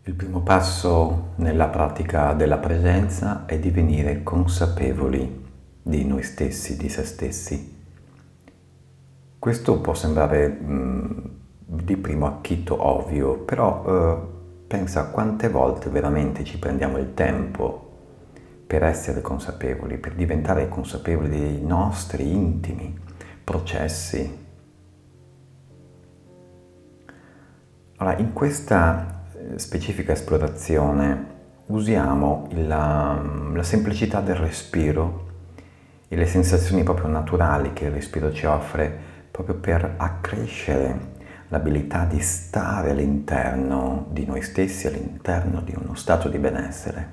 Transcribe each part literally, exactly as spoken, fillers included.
Il primo passo nella pratica della presenza è divenire consapevoli di noi stessi, di se stessi. Questo può sembrare mh, di primo acchito ovvio, però eh, pensa a quante volte veramente ci prendiamo il tempo per essere consapevoli, per diventare consapevoli dei nostri intimi processi. Allora, in questa specifica esplorazione usiamo la, la semplicità del respiro e le sensazioni proprio naturali che il respiro ci offre proprio per accrescere l'abilità di stare all'interno di noi stessi, all'interno di uno stato di benessere.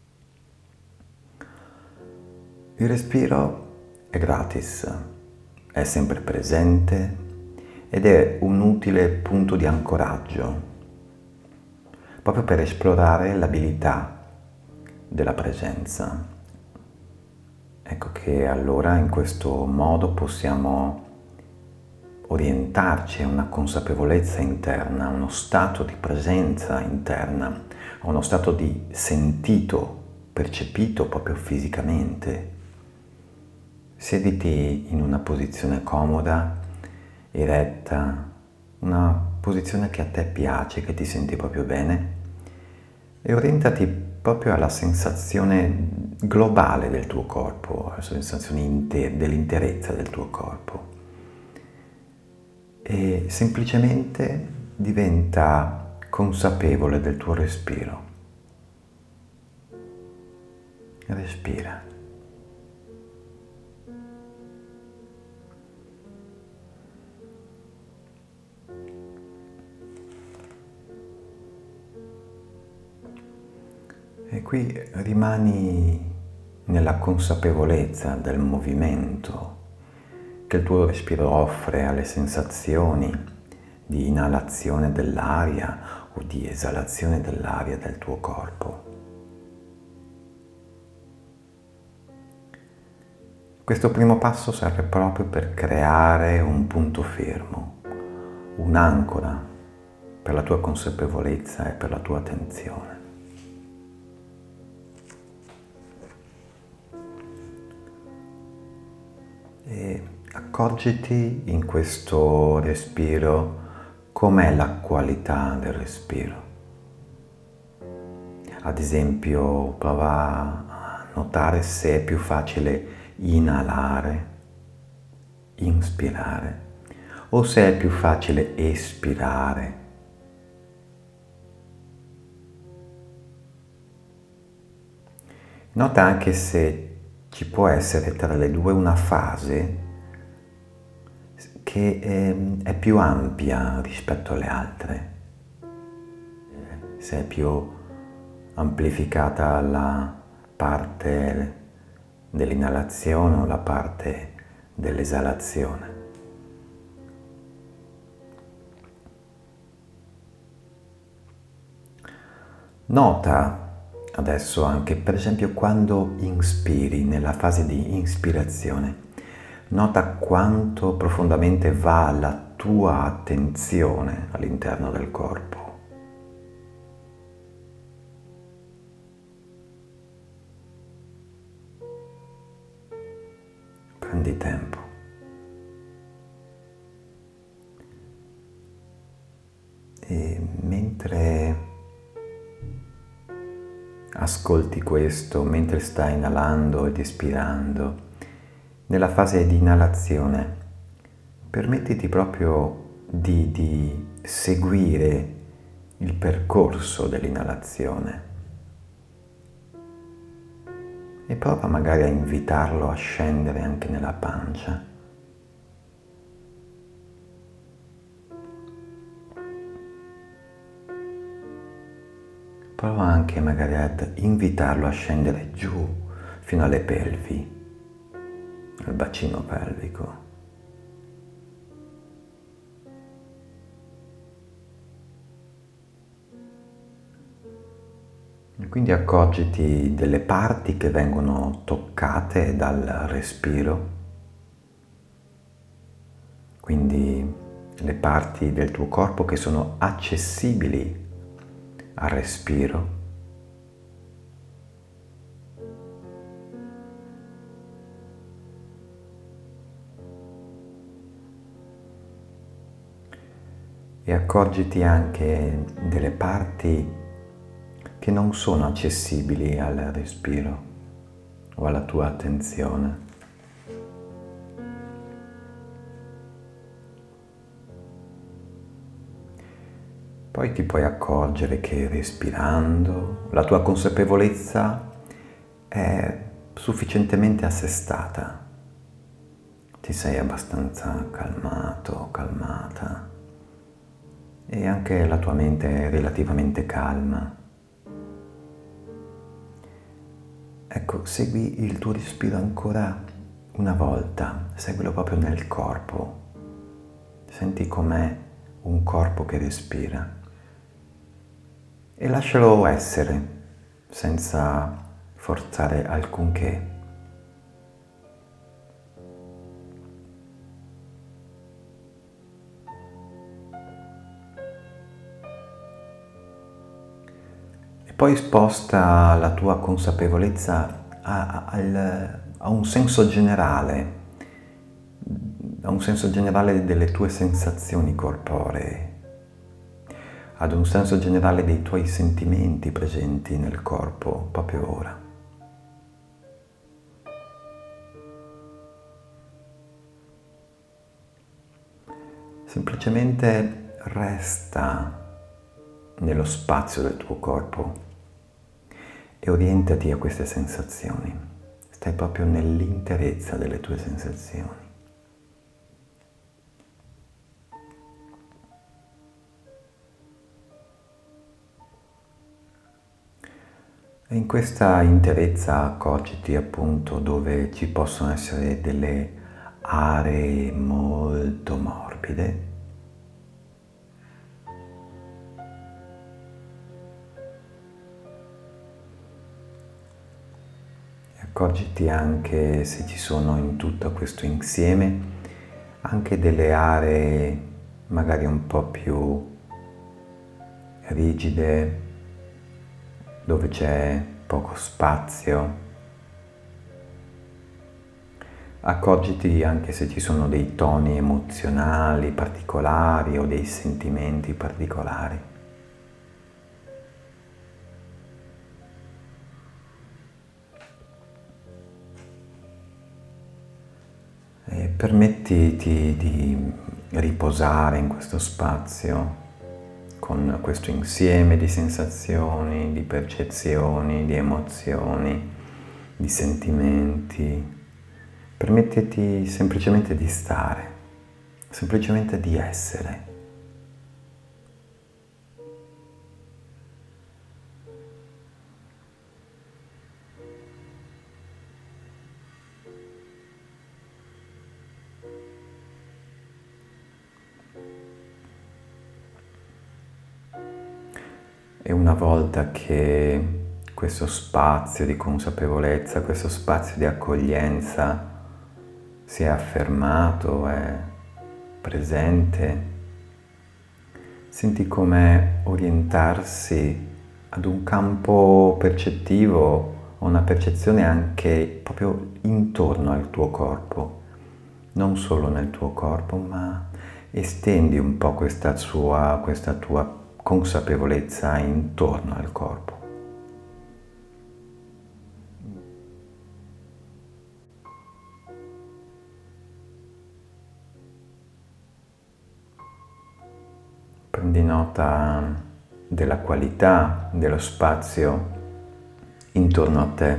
Il respiro è gratis, è sempre presente ed è un utile punto di ancoraggio, proprio per esplorare l'abilità della presenza. Ecco che allora in questo modo possiamo orientarci a una consapevolezza interna, a uno stato di presenza interna, a uno stato di sentito, percepito proprio fisicamente. Siediti in una posizione comoda, eretta, una posizione che a te piace, che ti senti proprio bene, e orientati proprio alla sensazione globale del tuo corpo, alla sensazione inter- dell'interezza del tuo corpo. E semplicemente diventa consapevole del tuo respiro. Respira. E qui rimani nella consapevolezza del movimento che il tuo respiro offre alle sensazioni di inalazione dell'aria o di esalazione dell'aria del tuo corpo. Questo primo passo serve proprio per creare un punto fermo, un'ancora per la tua consapevolezza e per la tua attenzione. E accorgiti in questo respiro com'è la qualità del respiro. Ad esempio, prova a notare se è più facile inalare, inspirare, o se è più facile espirare. Nota anche se ci può essere tra le due una fase che è, è più ampia rispetto alle altre, se è più amplificata la parte dell'inalazione o la parte dell'esalazione. Nota adesso anche, per esempio, quando inspiri, nella fase di ispirazione, nota quanto profondamente va la tua attenzione all'interno del corpo. Prendi tempo. E mentre ascolti questo, mentre stai inalando ed espirando, nella fase di inalazione, permettiti proprio di, di seguire il percorso dell'inalazione e prova magari a invitarlo a scendere anche nella pancia. Prova anche magari ad invitarlo a scendere giù fino alle pelvi, al bacino pelvico. E quindi accorgiti delle parti che vengono toccate dal respiro, quindi le parti del tuo corpo che sono accessibili al respiro. E accorgiti anche delle parti che non sono accessibili al respiro o alla tua attenzione. Poi ti puoi accorgere che respirando la tua consapevolezza è sufficientemente assestata. Ti sei abbastanza calmato, calmata e anche la tua mente è relativamente calma. Ecco, segui il tuo respiro ancora una volta, seguilo proprio nel corpo. Senti com'è un corpo che respira e lascialo essere senza forzare alcunché. E poi sposta la tua consapevolezza a, a, a un senso generale, a un senso generale delle tue sensazioni corporee, ad un senso generale dei tuoi sentimenti presenti nel corpo proprio ora. Semplicemente resta nello spazio del tuo corpo e orientati a queste sensazioni. Stai proprio nell'interezza delle tue sensazioni. E in questa interezza accorgiti appunto dove ci possono essere delle aree molto morbide e accorgiti anche se ci sono in tutto questo insieme anche delle aree magari un po' più rigide, dove c'è poco spazio. Accorgiti anche se ci sono dei toni emozionali particolari o dei sentimenti particolari. E permettiti di riposare in questo spazio con questo insieme di sensazioni, di percezioni, di emozioni, di sentimenti. Permettiti semplicemente di stare, semplicemente di essere. E una volta che questo spazio di consapevolezza, questo spazio di accoglienza si è affermato, è presente, senti come orientarsi ad un campo percettivo o una percezione anche proprio intorno al tuo corpo, non solo nel tuo corpo, ma estendi un po' questa sua, questa tua consapevolezza intorno al corpo. Prendi nota della qualità dello spazio intorno a te.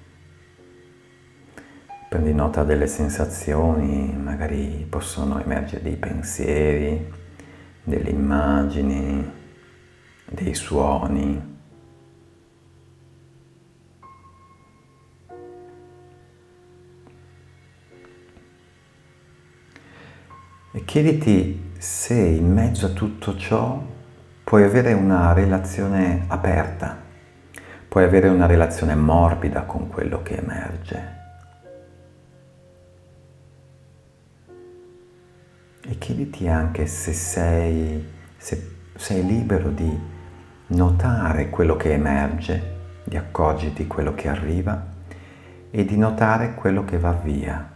Prendi nota delle sensazioni, magari possono emergere dei pensieri, delle immagini, dei suoni. E chiediti se in mezzo a tutto ciò puoi avere una relazione aperta, puoi avere una relazione morbida con quello che emerge. E chiediti anche se sei, se sei libero di notare quello che emerge, di accorgerti di quello che arriva e di notare quello che va via.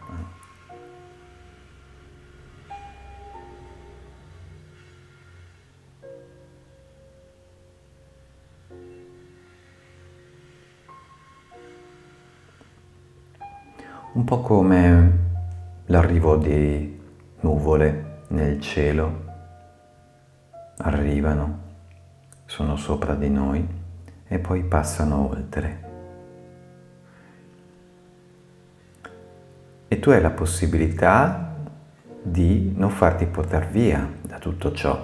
Un po' come l'arrivo di nuvole nel cielo, arrivano, sono sopra di noi e poi passano oltre. E tu hai la possibilità di non farti portare via da tutto ciò.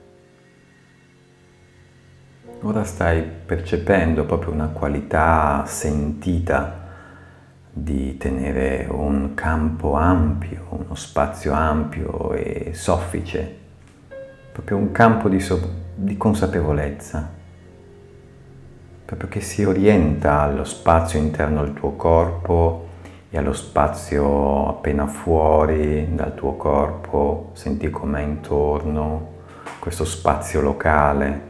Ora stai percependo proprio una qualità sentita di tenere un campo ampio, uno spazio ampio e soffice, proprio un campo di, so- di consapevolezza, proprio che si orienta allo spazio interno al tuo corpo e allo spazio appena fuori dal tuo corpo. Senti com'è intorno questo spazio locale.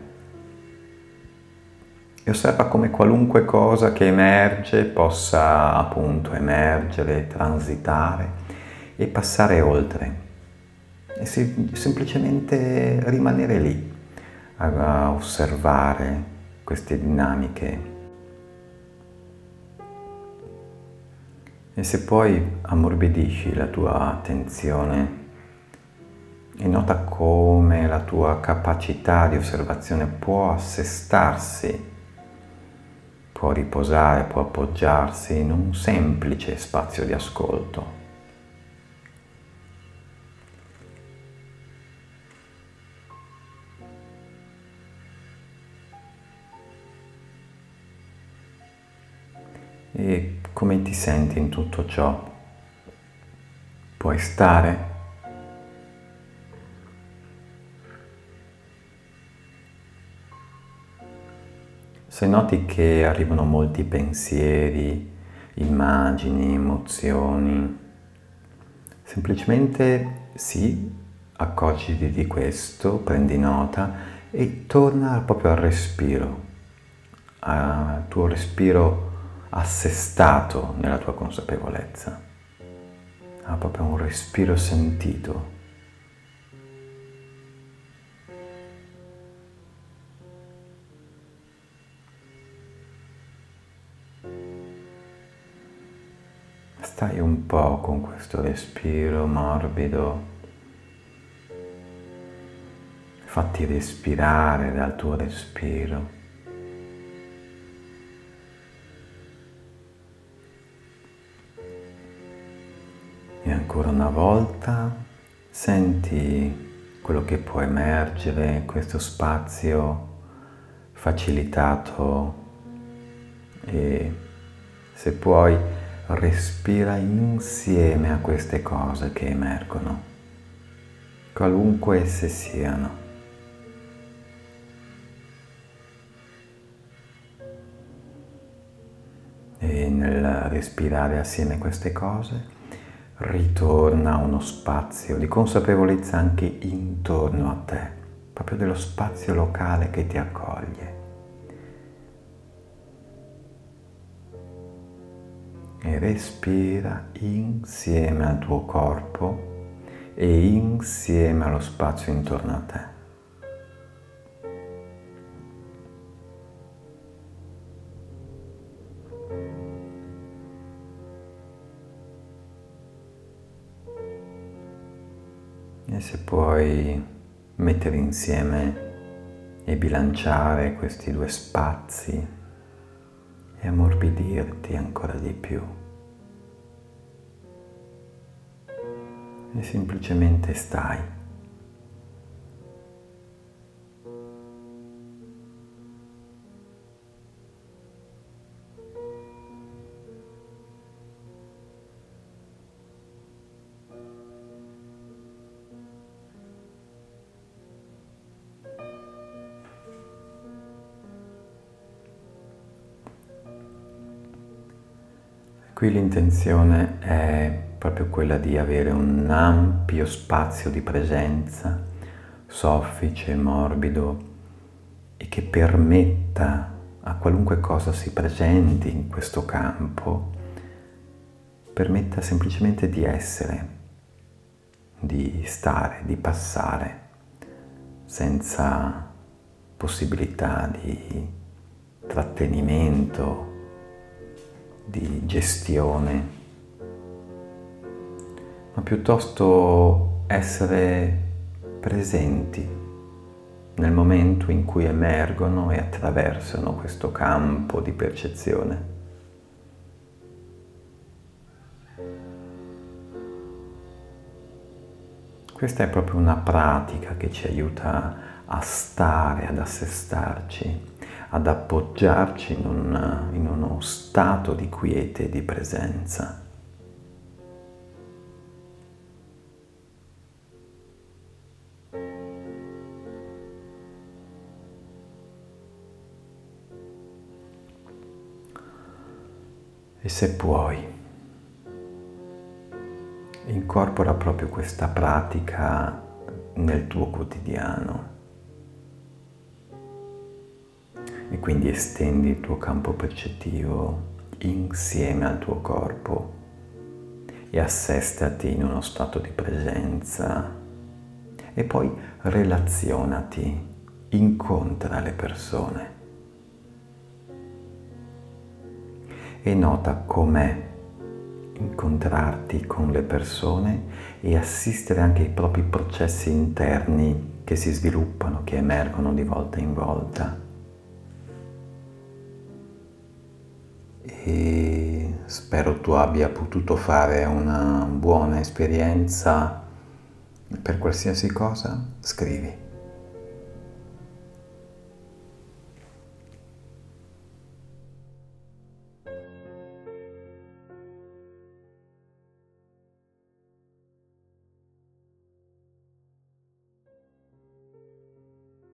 E osserva come qualunque cosa che emerge possa appunto emergere, transitare e passare oltre. E si, semplicemente rimanere lì a osservare queste dinamiche. E se poi ammorbidisci la tua attenzione e nota come la tua capacità di osservazione può assestarsi, può riposare, può appoggiarsi in un semplice spazio di ascolto. E come ti senti in tutto ciò? Puoi stare? Se noti che arrivano molti pensieri, immagini, emozioni, semplicemente sì, accorgiti di questo, prendi nota e torna proprio al respiro, al tuo respiro assestato nella tua consapevolezza, a proprio un respiro sentito. Stai un po' con questo respiro morbido, fatti respirare dal tuo respiro. E ancora una volta senti quello che può emergere, questo spazio facilitato, e se puoi respira insieme a queste cose che emergono, qualunque esse siano. E nel respirare assieme a queste cose ritorna a uno spazio di consapevolezza anche intorno a te, proprio dello spazio locale che ti accoglie. E respira insieme al tuo corpo e insieme allo spazio intorno a te. E se puoi mettere insieme e bilanciare questi due spazi e ammorbidirti ancora di più. E semplicemente stai. Qui l'intenzione è proprio quella di avere un ampio spazio di presenza, soffice, morbido, e che permetta a qualunque cosa si presenti in questo campo, permetta semplicemente di essere, di stare, di passare, senza possibilità di trattenimento, di gestione, ma piuttosto essere presenti nel momento in cui emergono e attraversano questo campo di percezione. Questa è proprio una pratica che ci aiuta a stare, ad assestarci, ad appoggiarci in, un, in uno stato di quiete e di presenza. E se puoi, incorpora proprio questa pratica nel tuo quotidiano e quindi estendi il tuo campo percettivo insieme al tuo corpo e assestati in uno stato di presenza e poi relazionati, incontra le persone e nota com'è incontrarti con le persone e assistere anche ai propri processi interni che si sviluppano, che emergono di volta in volta. E spero tu abbia potuto fare una buona esperienza. Per qualsiasi cosa, scrivi.